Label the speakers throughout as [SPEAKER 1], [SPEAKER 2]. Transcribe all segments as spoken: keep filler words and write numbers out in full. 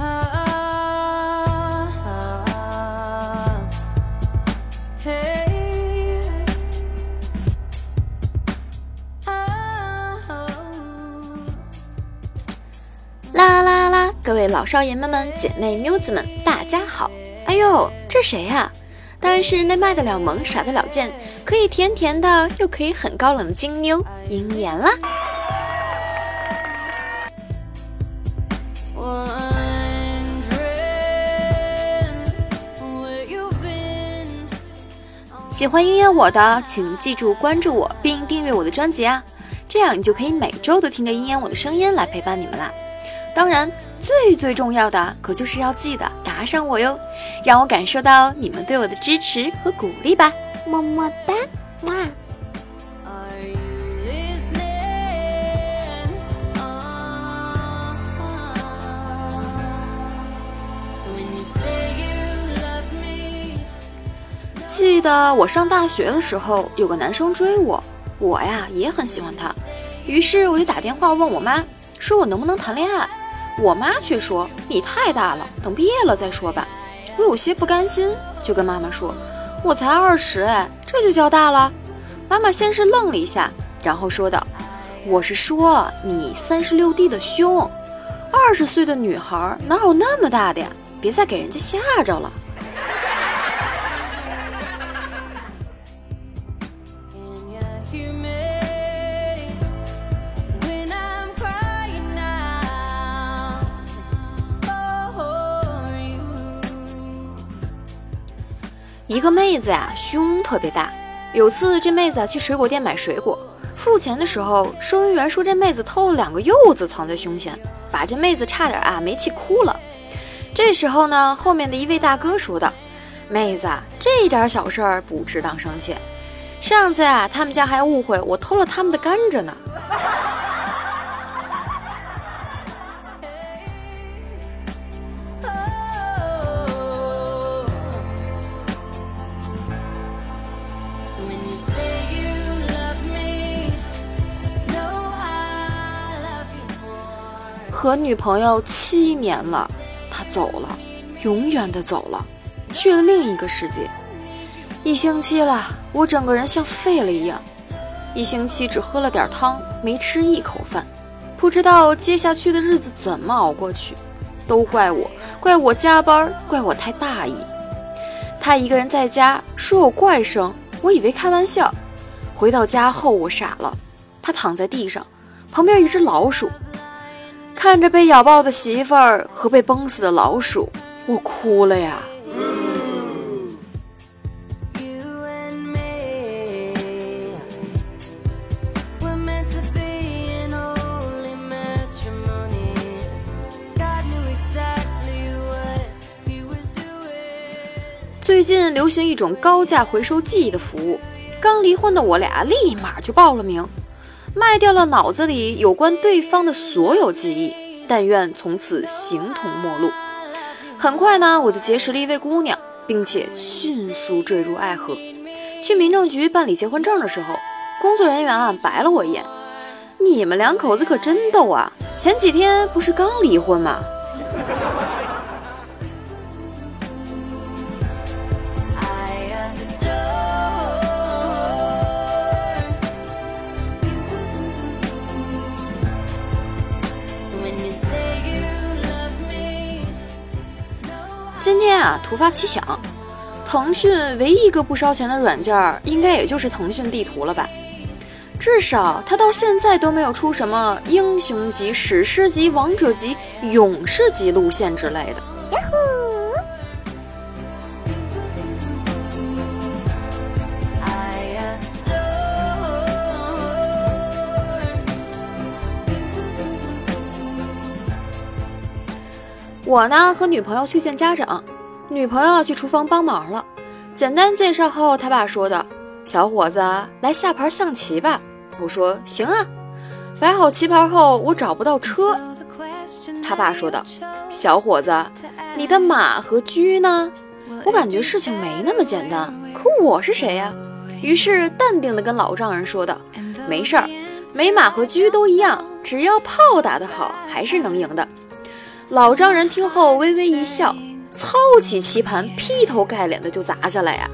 [SPEAKER 1] 啦啦啦！各位老少爷们们、姐妹妞子们，大家好！哎呦，这谁呀、啊？当然是那卖得了萌、傻得了贱，可以甜甜的，又可以很高冷的金妞鹰眼啦！喜欢鹰眼我的，请记住关注我并订阅我的专辑啊，这样你就可以每周都听着鹰眼我的声音来陪伴你们啦。当然最最重要的可就是要记得打赏我哟，让我感受到你们对我的支持和鼓励吧，么么哒，哇！记得我上大学的时候，有个男生追我，我呀也很喜欢他，于是我就打电话问我妈，说我能不能谈恋爱。我妈却说你太大了，等毕业了再说吧。我有些不甘心，就跟妈妈说我才二十哎，这就叫大了？妈妈先是愣了一下，然后说道，我是说你三十六 D 的胸，二十岁的女孩哪有那么大的呀，别再给人家吓着了。一个妹子呀，胸特别大。有次这妹子去水果店买水果，付钱的时候，收银员说这妹子偷了两个柚子藏在胸前，把这妹子差点啊没气哭了。这时候呢，后面的一位大哥说道，妹子这点小事儿不值当生气，上次啊他们家还误会我偷了他们的甘蔗呢。和女朋友七年了，她走了，永远的走了，去了另一个世界。一星期了，我整个人像废了一样。一星期只喝了点汤，没吃一口饭，不知道接下去的日子怎么熬过去。都怪我，怪我加班，怪我太大意。她一个人在家，说我怪声，我以为开玩笑。回到家后，我傻了，她躺在地上，旁边一只老鼠。看着被咬爆的媳妇儿和被崩死的老鼠，我哭了呀。最近流行一种高价回收记忆的服务，刚离婚的我俩立马就报了名。卖掉了脑子里有关对方的所有记忆，但愿从此形同陌路。很快呢，我就结识了一位姑娘，并且迅速坠入爱河。去民政局办理结婚证的时候，工作人员啊白了我一眼，你们两口子可真逗啊，前几天不是刚离婚吗？今天啊，突发奇想，腾讯唯一一个不烧钱的软件，应该也就是腾讯地图了吧？至少它到现在都没有出什么英雄级、史诗级、王者级、勇士级路线之类的。我呢和女朋友去见家长，女朋友要去厨房帮忙了。简单介绍后，他爸说的：“小伙子，来下盘象棋吧。”我说：“行啊。”摆好棋盘后，我找不到车。他爸说道：“小伙子，你的马和车呢？”我感觉事情没那么简单，可我是谁呀？于是淡定地跟老丈人说道：“没事儿，没马和车都一样，只要炮打得好，还是能赢的。” 老丈人听后微微一笑，操起棋盘，劈头盖脸的就砸下来呀、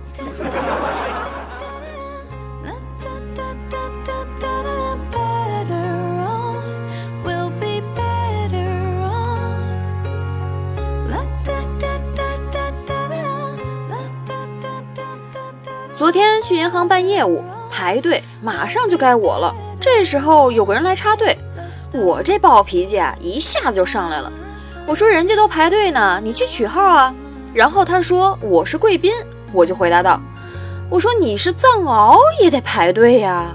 [SPEAKER 1] 昨天去银行办业务，排队马上就该我了。这时候有个人来插队，我这暴脾气啊，一下子就上来了。我说人家都排队呢，你去取号啊。然后他说我是贵宾，我就回答道，我说你是藏獒也得排队呀。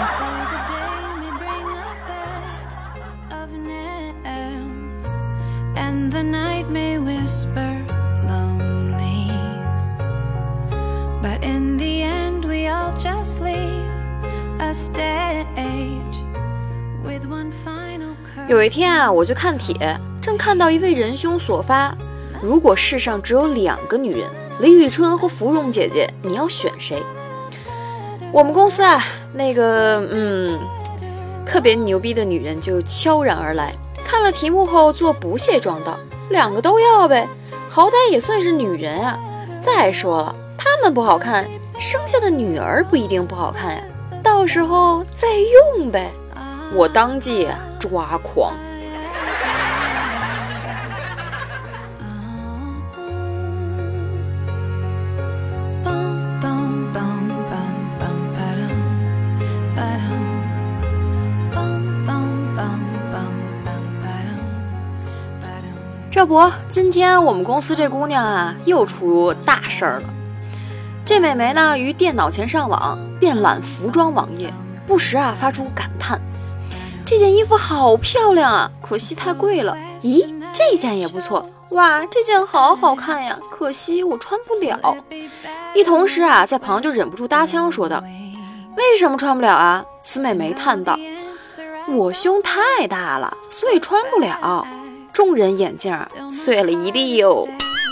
[SPEAKER 1] 有一天啊，我就看帖，正看到一位仁兄所发，如果世上只有两个女人，李宇春和芙蓉姐姐，你要选谁？我们公司啊，那个嗯，特别牛逼的女人就悄然而来，看了题目后做不屑状道，两个都要呗，好歹也算是女人啊。再说了，她们不好看，生下的女儿不一定不好看呀，到时候再用呗。我当即啊抓狂。这不，今天我们公司这姑娘啊又出大事儿了。这美眉呢于电脑前上网，遍览服装网页，不时啊发出感叹，这件衣服好漂亮啊，可惜太贵了。咦，这件也不错，哇，这件好好看呀，可惜我穿不了。一同事啊在旁就忍不住搭腔说道，为什么穿不了啊？此美眉叹道，我胸太大了，所以穿不了。众人眼镜啊碎了一地哟。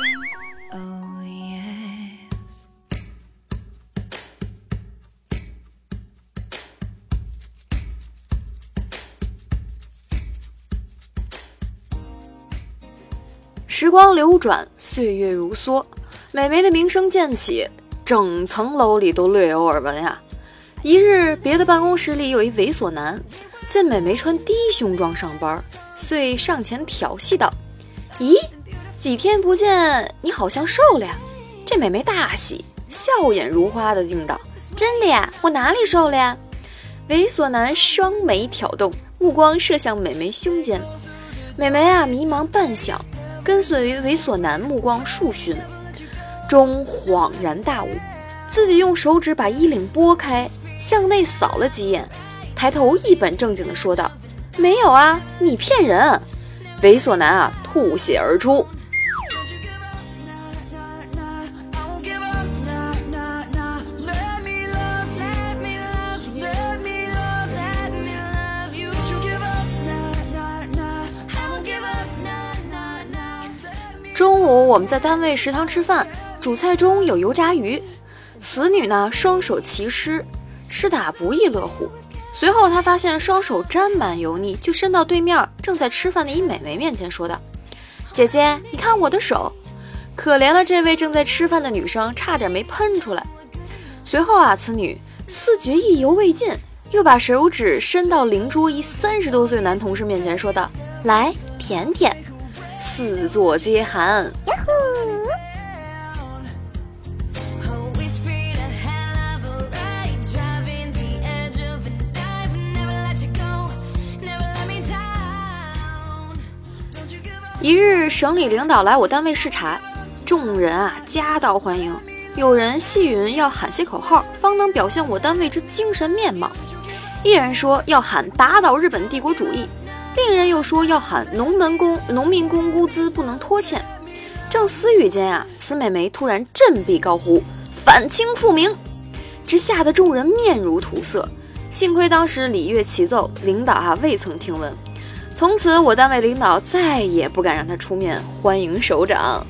[SPEAKER 1] 时光流转，岁月如梭，美眉的名声渐起，整层楼里都略有耳闻呀。一日，别的办公室里有一猥琐男，见美眉穿低胸装上班，遂上前调戏道，咦，几天不见，你好像瘦了呀。这美眉大喜，笑眼如花的应道，真的呀，我哪里瘦了呀？猥琐男双眉挑动，目光射向美眉胸间。美眉啊迷茫半晌，跟随猥琐男目光数寻，终恍然大悟，自己用手指把衣领拨开，向内扫了几眼，抬头一本正经地说道，没有啊，你骗人。猥琐男啊吐血而出。中午我们在单位食堂吃饭，主菜中有油炸鱼，此女呢双手齐施，吃得不亦乐乎。随后她发现双手沾满油腻，就伸到对面正在吃饭的一美眉面前说道，姐姐你看我的手。可怜了这位正在吃饭的女生，差点没喷出来。随后啊，此女似觉意犹未尽，又把手指伸到邻桌一三十多岁男同事面前说道，来舔舔。四座皆寒。一日，省里领导来我单位视察，众人啊夹道欢迎，有人戏云要喊些口号，方能表现我单位之精神面貌。一人说要喊打倒日本帝国主义，另人又说要喊农民工农民工工资不能拖欠。正私语间啊，此美眉突然振臂高呼反清复明，只吓得众人面如土色。幸亏当时礼乐齐奏，领导啊未曾听闻。从此我单位领导再也不敢让他出面欢迎首长。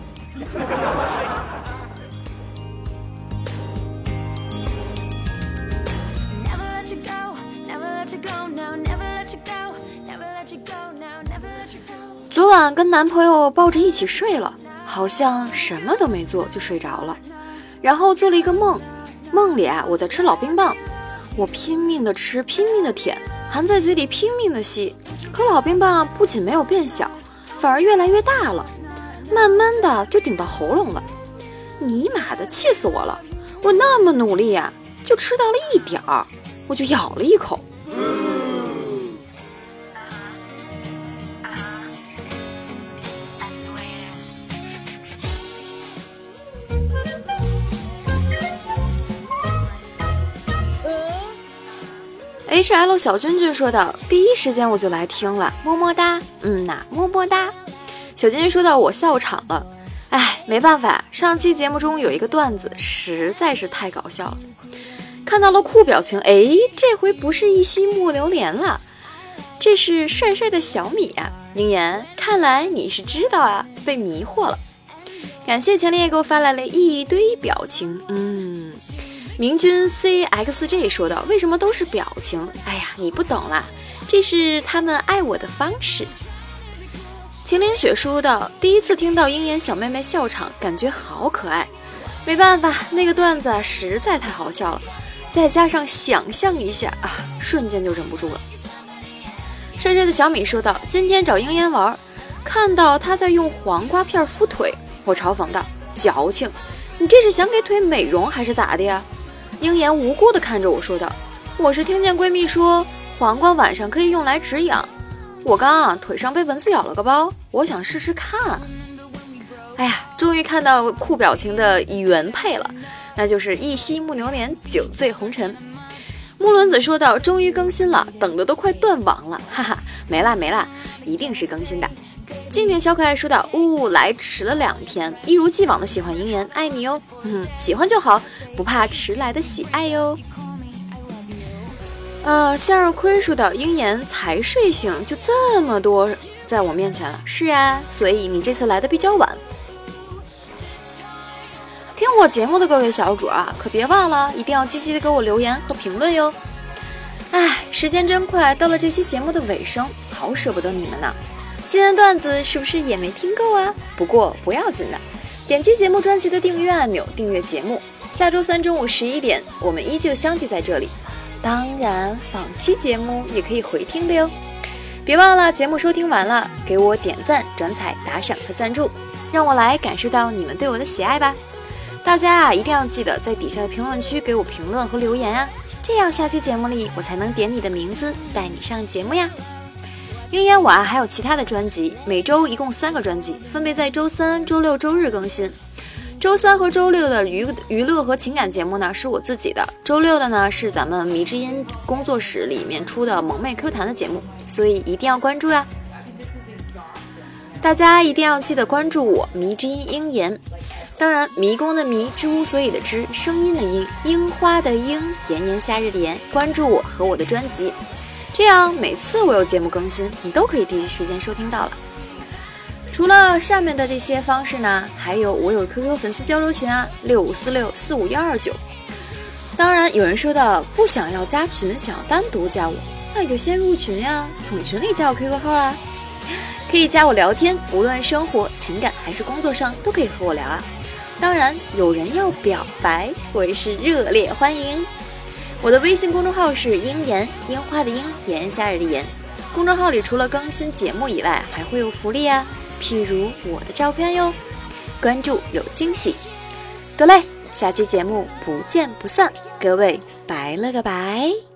[SPEAKER 1] 昨晚跟男朋友抱着一起睡了，好像什么都没做就睡着了，然后做了一个梦，梦里啊我在吃老冰棒，我拼命的吃，拼命的舔，含在嘴里拼命的吸，可老冰棒不仅没有变小，反而越来越大了，慢慢的就顶到喉咙了。尼玛的，气死我了！我那么努力呀、啊，就吃到了一点儿，我就咬了一口。H L 小君君说道，第一时间我就来听了，么么哒。嗯呐，么么哒。小君君说到我笑场了，哎，没办法，上期节目中有一个段子实在是太搞笑了。看到了酷表情，哎，这回不是一夕木榴莲了，这是帅帅的小米啊。鹰眼，看来你是知道啊，被迷惑了。感谢前列给我发来了一堆表情，嗯。明君 C X J 说道，为什么都是表情？哎呀，你不懂啦，这是他们爱我的方式。秦林雪说道，第一次听到鹰眼小妹妹笑场，感觉好可爱。没办法，那个段子实在太好笑了，再加上想象一下啊，瞬间就忍不住了。帅帅的小米说道，今天找鹰眼玩，看到他在用黄瓜片敷腿，我嘲讽道，矫情，你这是想给腿美容还是咋的呀？鹰眼无辜地看着我说道，我是听见闺蜜说黄瓜晚上可以用来止痒，我刚啊腿上被蚊子咬了个包，我想试试看。哎呀，终于看到酷表情的原配了，那就是一夕木榴莲酒醉红尘。木轮子说道，终于更新了，等的都快断网了，哈哈，没啦没啦，一定是更新的。静静小可爱说道，呜，来迟了两天，一如既往的喜欢鹰眼，爱你哟，嗯，喜欢就好，不怕迟来的喜爱哟。呃，向日葵说道，鹰眼才睡醒就这么多在我面前了，是呀，所以你这次来的比较晚。听我节目的各位小主啊，可别忘了一定要积极的给我留言和评论哟。哎，时间真快，到了这期节目的尾声，好舍不得你们呢。今天段子是不是也没听够啊？不过不要紧的，点击节目专辑的订阅按钮，订阅节目。下周三中午十一点，我们依旧相聚在这里。当然，往期节目也可以回听的哟。别忘了节目收听完了，给我点赞、转采、打赏和赞助，让我来感受到你们对我的喜爱吧。大家啊，一定要记得在底下的评论区给我评论和留言啊，这样下期节目里我才能点你的名字，带你上节目呀。鹰眼我啊还有其他的专辑，每周一共三个专辑，分别在周三、周六、周日更新。周三和周六的娱娱乐和情感节目呢是我自己的，周六的呢是咱们迷之音工作室里面出的萌妹 Q 弹的节目，所以一定要关注呀！大家一定要记得关注我迷之音鹰眼，当然迷宫的迷，知无所以的知，声音的音，樱花的樱，炎炎夏日的炎，关注我和我的专辑，这样每次我有节目更新，你都可以第一时间收听到了。除了上面的这些方式呢，还有我有 Q Q 粉丝交流群啊，六五四六四五幺二九。当然有人说到不想要加群，想要单独加我，那你就先入群呀，从群里加我 Q Q 号啊，可以加我聊天，无论生活、情感还是工作上都可以和我聊啊。当然有人要表白，我也是热烈欢迎。我的微信公众号是樱言，樱花的樱，炎炎夏日的炎。公众号里除了更新节目以外，还会有福利啊，譬如我的照片哟，关注有惊喜。得嘞，下期节目不见不散，各位拜了个拜。